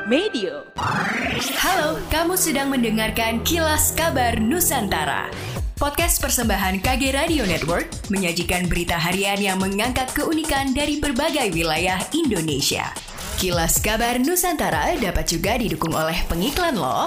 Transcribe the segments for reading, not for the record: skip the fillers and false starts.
Medio. Halo, kamu sedang mendengarkan Kilas Kabar Nusantara. Podcast persembahan KG Radio Network menyajikan berita harian yang mengangkat keunikan dari berbagai wilayah Indonesia. Kilas Kabar Nusantara dapat juga didukung oleh pengiklan loh.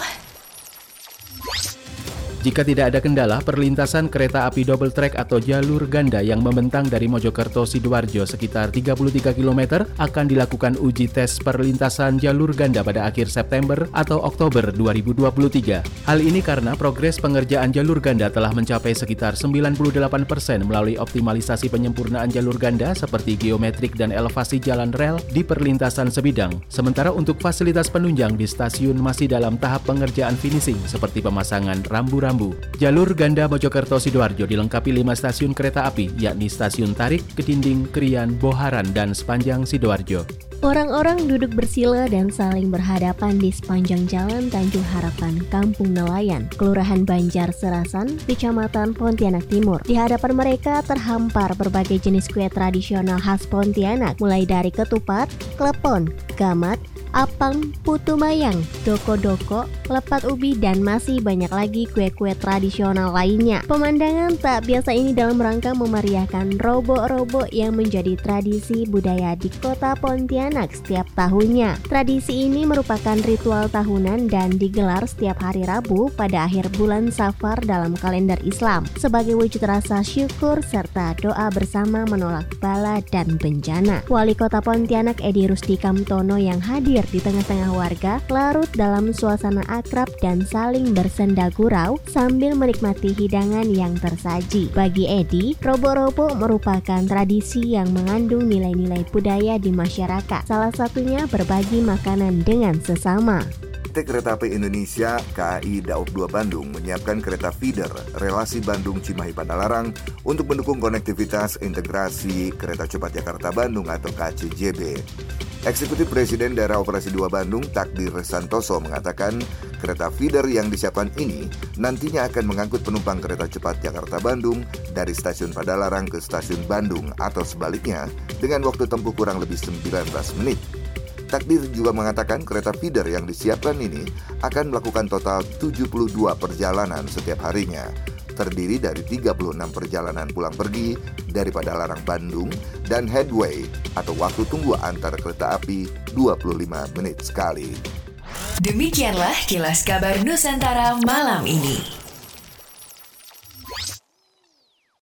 Jika tidak ada kendala, perlintasan kereta api double track atau jalur ganda yang membentang dari Mojokerto Sidoarjo sekitar 33 km akan dilakukan uji tes perlintasan jalur ganda pada akhir September atau Oktober 2023. Hal ini karena progres pengerjaan jalur ganda telah mencapai sekitar 98% melalui optimalisasi penyempurnaan jalur ganda seperti geometrik dan elevasi jalan rel di perlintasan sebidang. Sementara untuk fasilitas penunjang di stasiun masih dalam tahap pengerjaan finishing seperti pemasangan rambu-rambu. Jalur ganda Mojokerto Sidoarjo dilengkapi 5 stasiun kereta api, yakni Stasiun Tarik, Kedinding, Krian, Boharan, dan sepanjang Sidoarjo. Orang-orang duduk bersila dan saling berhadapan di sepanjang jalan Tanjung Harapan, Kampung Nelayan, Kelurahan Banjar Serasan, Kecamatan Pontianak Timur. Di hadapan mereka terhampar berbagai jenis kue tradisional khas Pontianak, mulai dari ketupat, klepon, gamat, apang, putu mayang, doko-doko, lepat ubi, dan masih banyak lagi kue-kue tradisional lainnya. Pemandangan tak biasa ini dalam rangka memeriahkan robo-robo yang menjadi tradisi budaya di kota Pontianak setiap tahunnya. Tradisi ini merupakan ritual tahunan dan digelar setiap hari Rabu pada akhir bulan Safar dalam kalender Islam sebagai wujud rasa syukur serta doa bersama menolak bala dan bencana. Wali Kota Pontianak Edi Rusdi Kamtono yang hadir di tengah-tengah warga larut dalam suasana akrab dan saling bersenda gurau sambil menikmati hidangan yang tersaji. Bagi Edi, robo-robo merupakan tradisi yang mengandung nilai-nilai budaya di masyarakat. Salah satunya berbagi makanan dengan sesama. PT Kereta Api Indonesia KAI Daob 2 Bandung menyiapkan kereta feeder relasi Bandung Cimahi Padalarang untuk mendukung konektivitas integrasi Kereta Cepat Jakarta-Bandung atau KCJB. Eksekutif Presiden Daerah Operasi 2 Bandung Takdir Santoso mengatakan kereta feeder yang disiapkan ini nantinya akan mengangkut penumpang kereta cepat Jakarta-Bandung dari stasiun Padalarang ke stasiun Bandung atau sebaliknya dengan waktu tempuh kurang lebih 19 menit. Takdir juga mengatakan kereta feeder yang disiapkan ini akan melakukan total 72 perjalanan setiap harinya, terdiri dari 36 perjalanan pulang pergi dari Padalarang Bandung dan headway atau waktu tunggu antar kereta api 25 menit sekali. Demikianlah Kilas Kabar Nusantara malam ini.